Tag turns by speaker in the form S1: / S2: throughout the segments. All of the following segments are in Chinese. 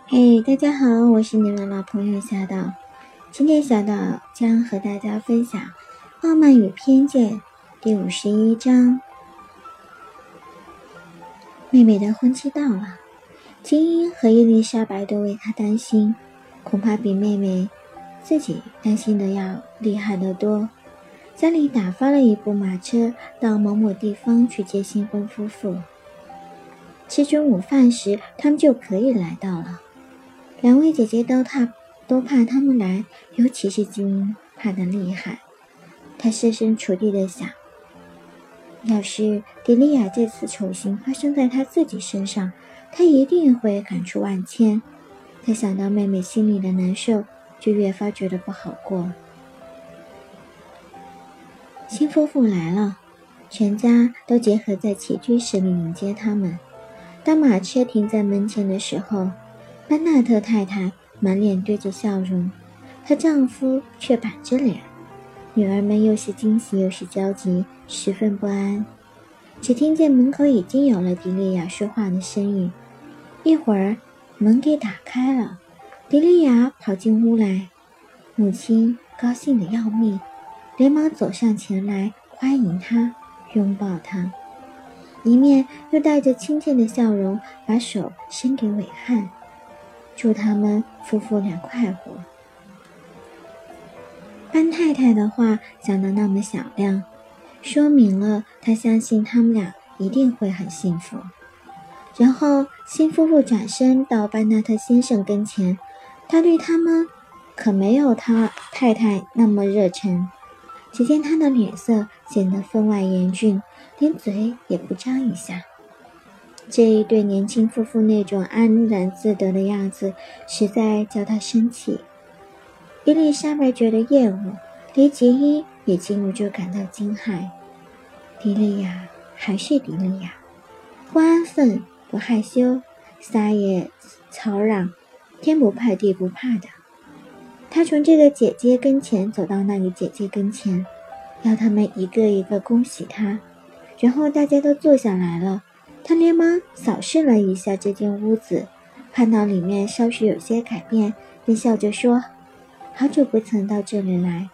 S1: 嘿，大家好，我是你们老朋友小岛。今天小岛将和大家分享《傲慢与偏见》第51章。妹妹的婚期到了，金英和伊丽莎白都为她担心，恐怕比妹妹自己担心的要厉害得多。家里打发了一部马车到某某地方去接新婚夫妇，吃中午饭时他们就可以来到了。两位姐姐都怕他们来，尤其是金英怕得厉害。她设身处地地想，要是迪利亚这次丑行发生在她自己身上，她一定会感触万千。她想到妹妹心里的难受，就越发觉得不好过。新夫妇来了，全家都结合在起居室里迎接他们。当马车停在门前的时候，班纳特太太满脸堆着笑容，她丈夫却板着脸，女儿们又是惊喜又是焦急，十分不安。只听见门口已经有了迪利亚说话的声音，一会儿门给打开了，迪利亚跑进屋来，母亲高兴得要命，连忙走上前来欢迎她，拥抱她，一面又带着亲切的笑容把手伸给伟汉，祝他们夫妇俩快活。班太太的话讲得那么响亮，说明了她相信他们俩一定会很幸福。然后新夫妇转身到班纳特先生跟前，他对他们可没有他太太那么热忱，只见他的脸色显得分外严峻，连嘴也不张一下。这一对年轻夫妇那种安然自得的样子实在叫他生气。伊丽莎白觉得厌恶，连杰伊也禁不住感到惊骇。迪利亚还是迪利亚，不安分，不害羞，撒野吵嚷，天不怕地不怕的。他从这个姐姐跟前走到那个姐姐跟前，要他们一个一个恭喜他，然后大家都坐下来了。他连忙扫视了一下这间屋子，看到里面稍许有些改变，便笑着说，好久不曾到这里来。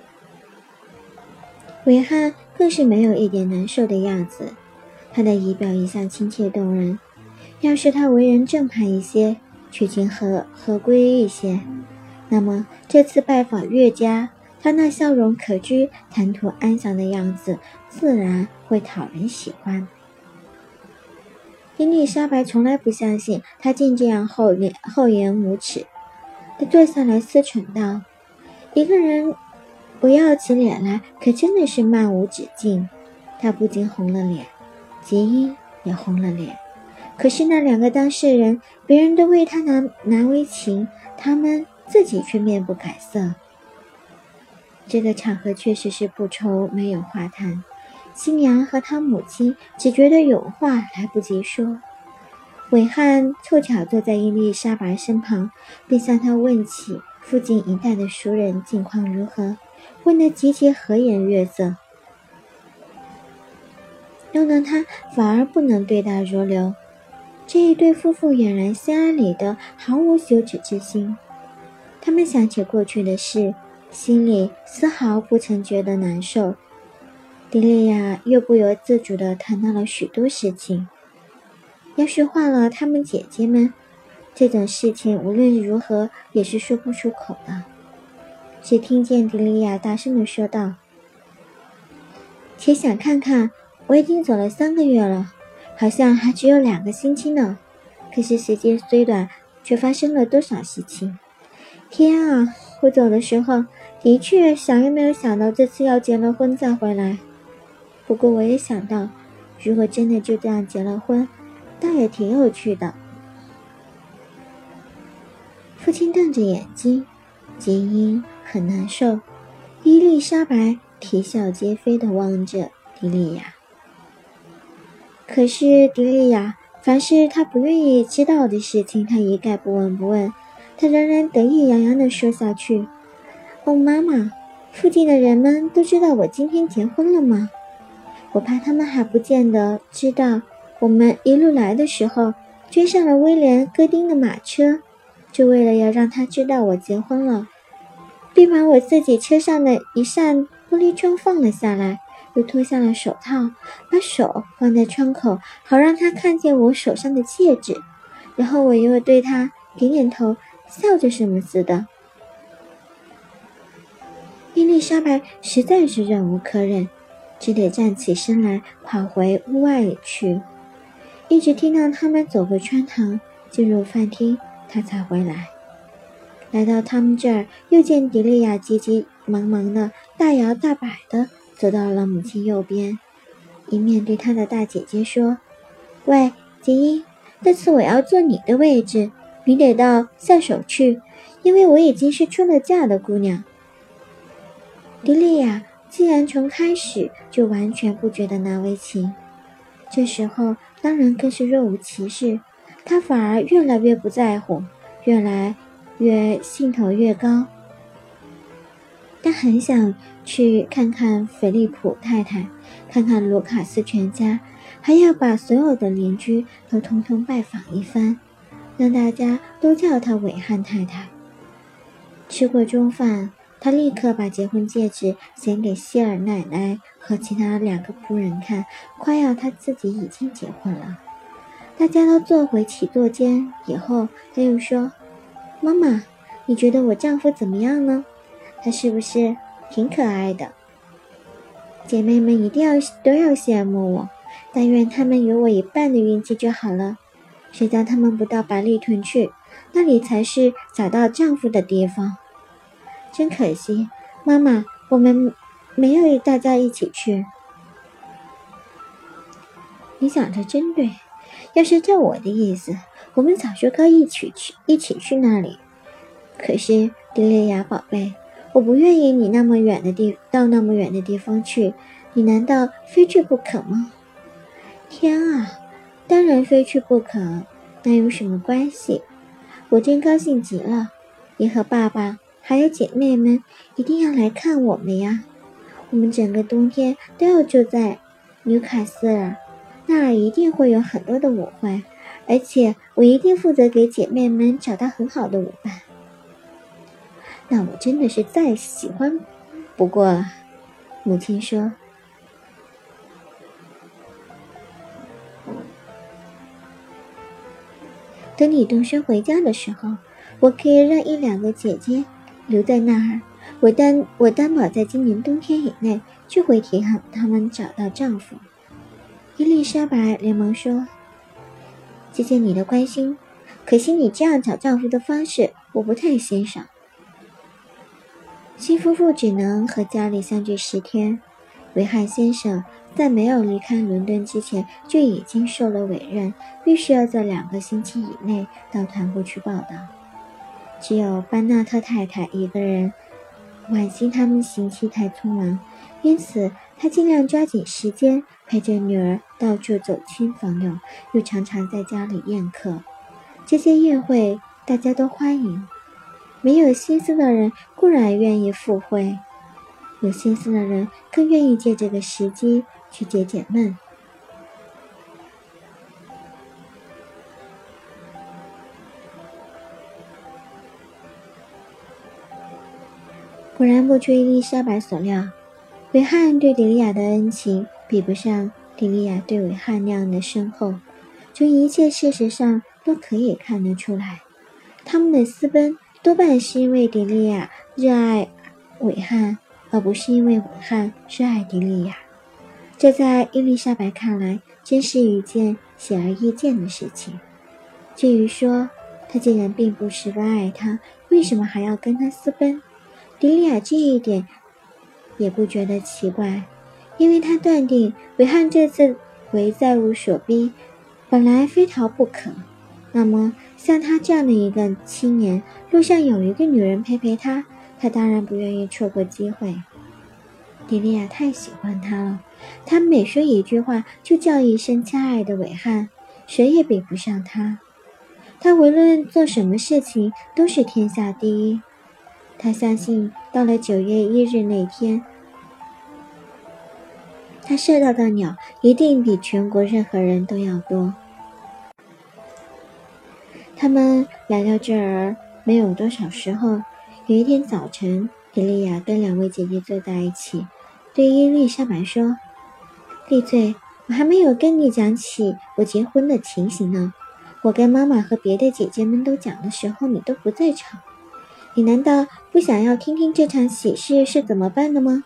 S1: 伟汉更是没有一点难受的样子，他的仪表一向亲切动人，要是他为人正派一些，取经合规一些，那么这次拜访岳家，他那笑容可掬、谈吐安详的样子自然会讨人喜欢。伊丽莎白从来不相信他竟这样厚颜无耻，他坐下来思忖道，一个人不要起脸来可真的是漫无止境。他不禁红了脸，杰伊也红了脸，可是那两个当事人，别人都为他难为情，他们自己却面不改色。这个场合确实是不愁没有话谈，新娘和她母亲只觉得有话来不及说。伟汉凑巧坐在伊丽莎白身旁，便向她问起附近一带的熟人近况如何，问得极其和颜悦色，弄得他反而不能对答如流。这一对夫妇俨然心安理得，毫无羞耻之心。他们想起过去的事，心里丝毫不曾觉得难受。迪利亚又不由自主地谈到了许多事情，要是换了他们姐姐们，这种事情无论如何也是说不出口的。只听见迪利亚大声地说道，且想看看，我已经走了3个月了，好像还只有2个星期呢，可是时间虽短，却发生了多少事情。天啊，我走的时候的确想也没有想到这次要结了婚再回来。不过我也想到，如果真的就这样结了婚，倒也挺有趣的。父亲瞪着眼睛，杰伊很难受，伊丽莎白啼笑皆非地望着迪利亚。可是迪利亚凡是他不愿意知道的事情，他一概不问，他仍然得意洋洋地说下去，哦，妈妈，附近的人们都知道我今天结婚了吗？我怕他们还不见得知道，我们一路来的时候追上了威廉·戈丁的马车， 就为了要让他知道我结婚了，并把我自己车上的一扇玻璃窗放了下来，又脱下了手套，把手放在窗口，好让他看见我手上的戒指。然后我又对他点点头，笑着什么似的。伊丽莎白实在是忍无可忍，只得站起身来跑回屋外里去，一直听到他们走过穿堂进入饭厅，他才回来。来到他们这儿，又见迪利亚急急忙忙的大摇大摆的走到了母亲右边，一面对他的大姐姐说：“喂，杰伊，这次我要坐你的位置，你得到下手去，因为我已经是出了嫁的姑娘。”迪利亚既然从开始就完全不觉得难为情，这时候当然更是若无其事，她反而越来越不在乎，越来越兴头越高。她很想去看看菲利普太太，看看卢卡斯全家，还要把所有的邻居都通通拜访一番，让大家都叫她韦汉太太。吃过中饭，他立刻把结婚戒指显给希尔奶奶和其他2个仆人看，夸耀他自己已经结婚了。大家都坐回起坐间以后，他又说：“妈妈，你觉得我丈夫怎么样呢？他是不是挺可爱的？姐妹们一定都要羡慕我，但愿他们有我一半的运气就好了。谁叫他们不到白利屯去，那里才是找到丈夫的地方。真可惜，妈妈，我们没有大家一起去。”你想着真对，要是照我的意思，我们早就该一起去那里。可是迪利亚宝贝，我不愿意你到那么远的地方去，你难道非去不可吗？天啊，当然非去不可，那有什么关系？我真高兴极了，你和爸爸还有姐妹们一定要来看我们呀！我们整个冬天都要住在纽卡斯尔，那儿一定会有很多的舞会，而且我一定负责给姐妹们找到很好的舞伴。那我真的是再喜欢不过了，母亲说。等你动身回家的时候，我可以让1-2个姐姐留在那儿，我担保在今年冬天以内就会替他们找到丈夫。伊丽莎白连忙说：“谢谢你的关心，可惜你这样找丈夫的方式我不太欣赏。”新夫妇只能和家里相聚10天。维汉先生在没有离开伦敦之前就已经受了委任，必须要在2个星期以内到团部去报道。只有班纳特太太一个人，惋惜他们行期太匆忙，因此她尽量抓紧时间陪着女儿到处走亲访友，又常常在家里宴客。这些宴会大家都欢迎，没有心思的人固然愿意赴会，有心思的人更愿意借这个时机去解解闷。果然不出伊丽莎白所料，韦汉对迪利亚的恩情比不上迪利亚对韦汉那样的深厚，从一切事实上都可以看得出来。他们的私奔多半是因为迪利亚热爱韦汉，而不是因为韦汉热爱迪利亚。这在伊丽莎白看来真是一件显而易见的事情。至于说他既然并不十分爱他，为什么还要跟他私奔，迪利亚这一点也不觉得奇怪，因为他断定韦汉这次为债务所逼，本来非逃不可。那么像他这样的一个青年，路上有一个女人陪他，他当然不愿意错过机会。迪利亚太喜欢他了，他每说一句话就叫一声亲爱的韦汉，谁也比不上他。他无论做什么事情都是天下第一。他相信到了9月1日那天，他射到的鸟一定比全国任何人都要多。他们来到这儿没有多少时候，有一天早晨，迪莉亚跟2位姐姐坐在一起，对伊丽莎白说：“丽翠，我还没有跟你讲起我结婚的情形呢。我跟妈妈和别的姐姐们都讲的时候，你都不在场。你难道不想要听听这场喜事是怎么办的吗？”“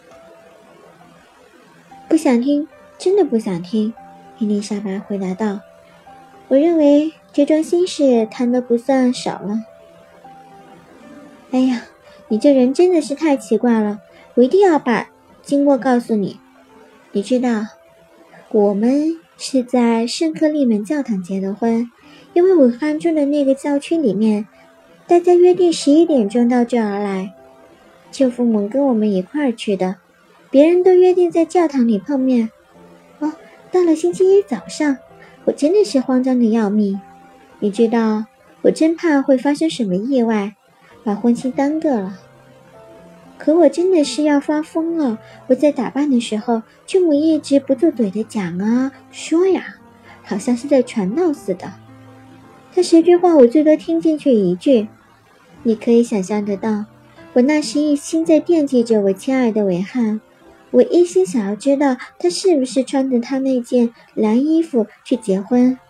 S1: 不想听，真的不想听。”伊丽莎白回答道。“我认为这桩心事谈得不算少了。”“哎呀，你这人真的是太奇怪了，我一定要把经过告诉你。你知道，我们是在圣克利门教堂结的婚，因为武汉住的那个教区里面，大家约定11点钟到这儿来，舅父母跟我们一块儿去的，别人都约定在教堂里碰面。到了星期一早上，我真的是慌张的要命。你知道，我真怕会发生什么意外，把婚期耽搁了。可我真的是要发疯了。我在打扮的时候，舅母一直不住嘴的讲啊说呀，好像是在传道似的。他10句话我最多听进去1句。你可以想象得到，我那时一心在惦记着我亲爱的韦汉，我一心想要知道他是不是穿着他那件蓝衣服去结婚。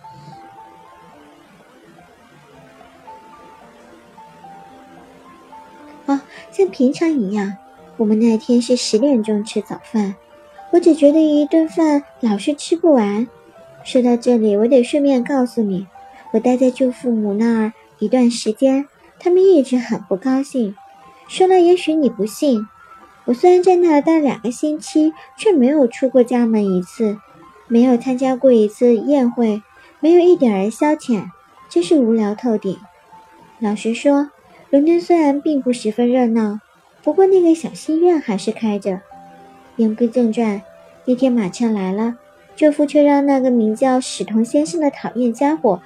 S1: 像平常一样，我们那天是10点钟吃早饭，我只觉得一顿饭老是吃不完。说到这里，我得顺便告诉你，我待在舅父母那儿一段时间，他们一直很不高兴。说了也许你不信，我虽然在那儿待2个星期，却没有出过家门一次，没有参加过一次宴会，没有一点儿消遣，真是无聊透顶。老实说，伦敦虽然并不十分热闹，不过那个小戏院还是开着。言归正传，那天马车来了，舅父却让那个名叫史同先生的讨厌家伙，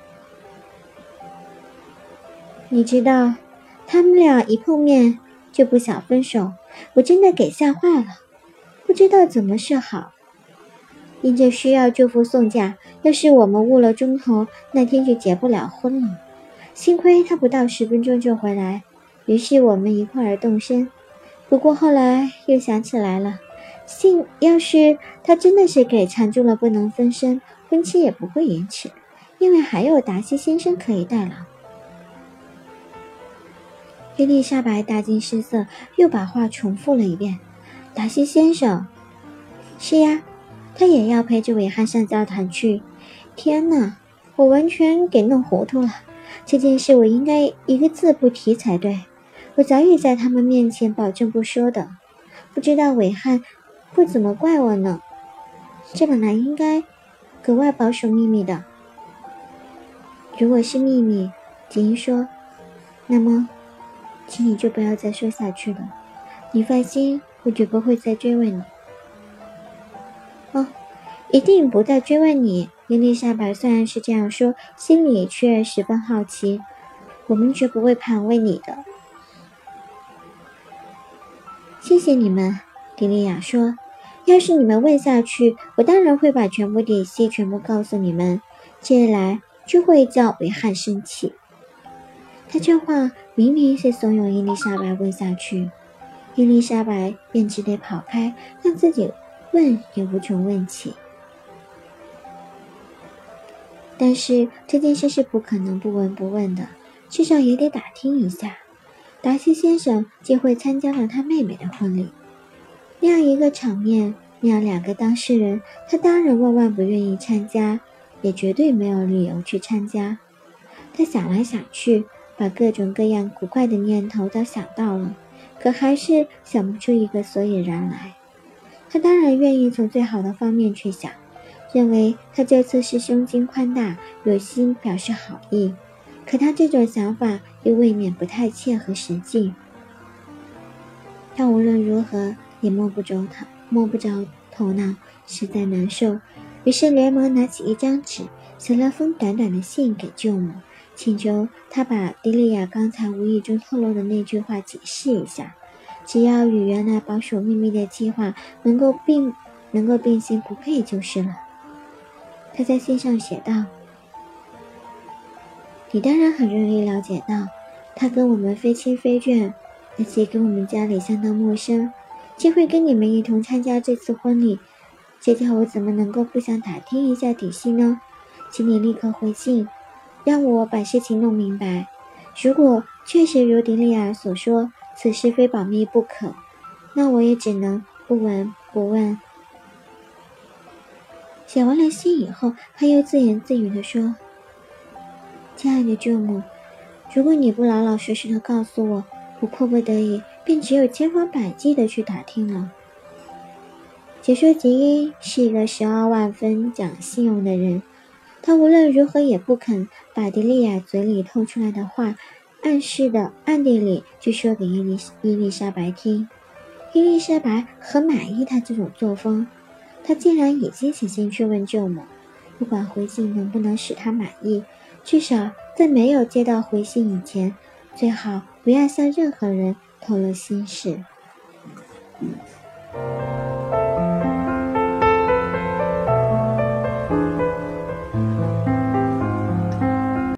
S1: 你知道，他们俩一碰面就不想分手，我真的给吓坏了，不知道怎么是好。因这需要舅父送嫁，要是我们误了钟头，那天就结不了婚了。幸亏他不到10分钟就回来，于是我们一块儿动身。不过后来又想起来了，要是他真的是给缠住了不能分身，婚期也不会延迟，因为还有达西先生可以代劳。伊丽莎白大惊失色，又把话重复了一遍。达西先生？是呀，他也要陪着韦汉上教堂去。天哪，我完全给弄糊涂了。这件事我应该一个字不提才对，我早已在他们面前保证不说的。不知道韦汉会怎么怪我呢？这本来应该格外保守秘密的。如果是秘密，锦衣说，那么请你就不要再说下去了。你放心，我绝不会再追问你。一定不再追问你。伊丽莎白虽然是这样说，心里却十分好奇。我们绝不会盘问你的。谢谢你们，迪莉亚说。要是你们问下去，我当然会把全部底细全部告诉你们，这一来就会叫韦汉生气。他这话明明是怂恿伊丽莎白问下去，伊丽莎白便只得跑开，让自己问也无从问起。但是这件事是不可能不闻不问的，至少也得打听一下。达西先生竟会参加了他妹妹的婚礼，那样一个场面，那样2个当事人，他当然万万不愿意参加，也绝对没有理由去参加。他想来想去，把各种各样古怪的念头都想到了，可还是想不出一个所以然来。他当然愿意从最好的方面去想，认为他这次是胸襟宽大，有心表示好意，可他这种想法又未免不太切合实际。他无论如何也摸不着头脑，实在难受，于是连忙拿起一张纸，写了封短短的信给舅母，请求他把迪莉亚刚才无意中透露的那句话解释一下，只要与原来保守秘密的计划能够并行不悖就是了。他在信上写道：你当然很容易了解到， 他跟我们非亲非眷，而且跟我们家里相当陌生，竟会跟你们一同参加这次婚礼，这叫我怎么能够不想打听一下底细呢？请你立刻回信，让我把事情弄明白。如果确实如迪利亚所说，此事非保密不可，那我也只能不闻不问。写完了信以后，他又自言自语地说：亲爱的舅母，如果你不老老实实的告诉我，我迫不得已便只有千方百计的去打听了。解说吉伊是一个12万分讲信用的人，他无论如何也不肯把迪利亚嘴里透出来的话暗地里去说给伊丽莎白听。伊丽莎白很满意他这种作风，他竟然已经写信去问舅母，不管回信能不能使他满意，至少在没有接到回信以前，最好不要向任何人透露心事。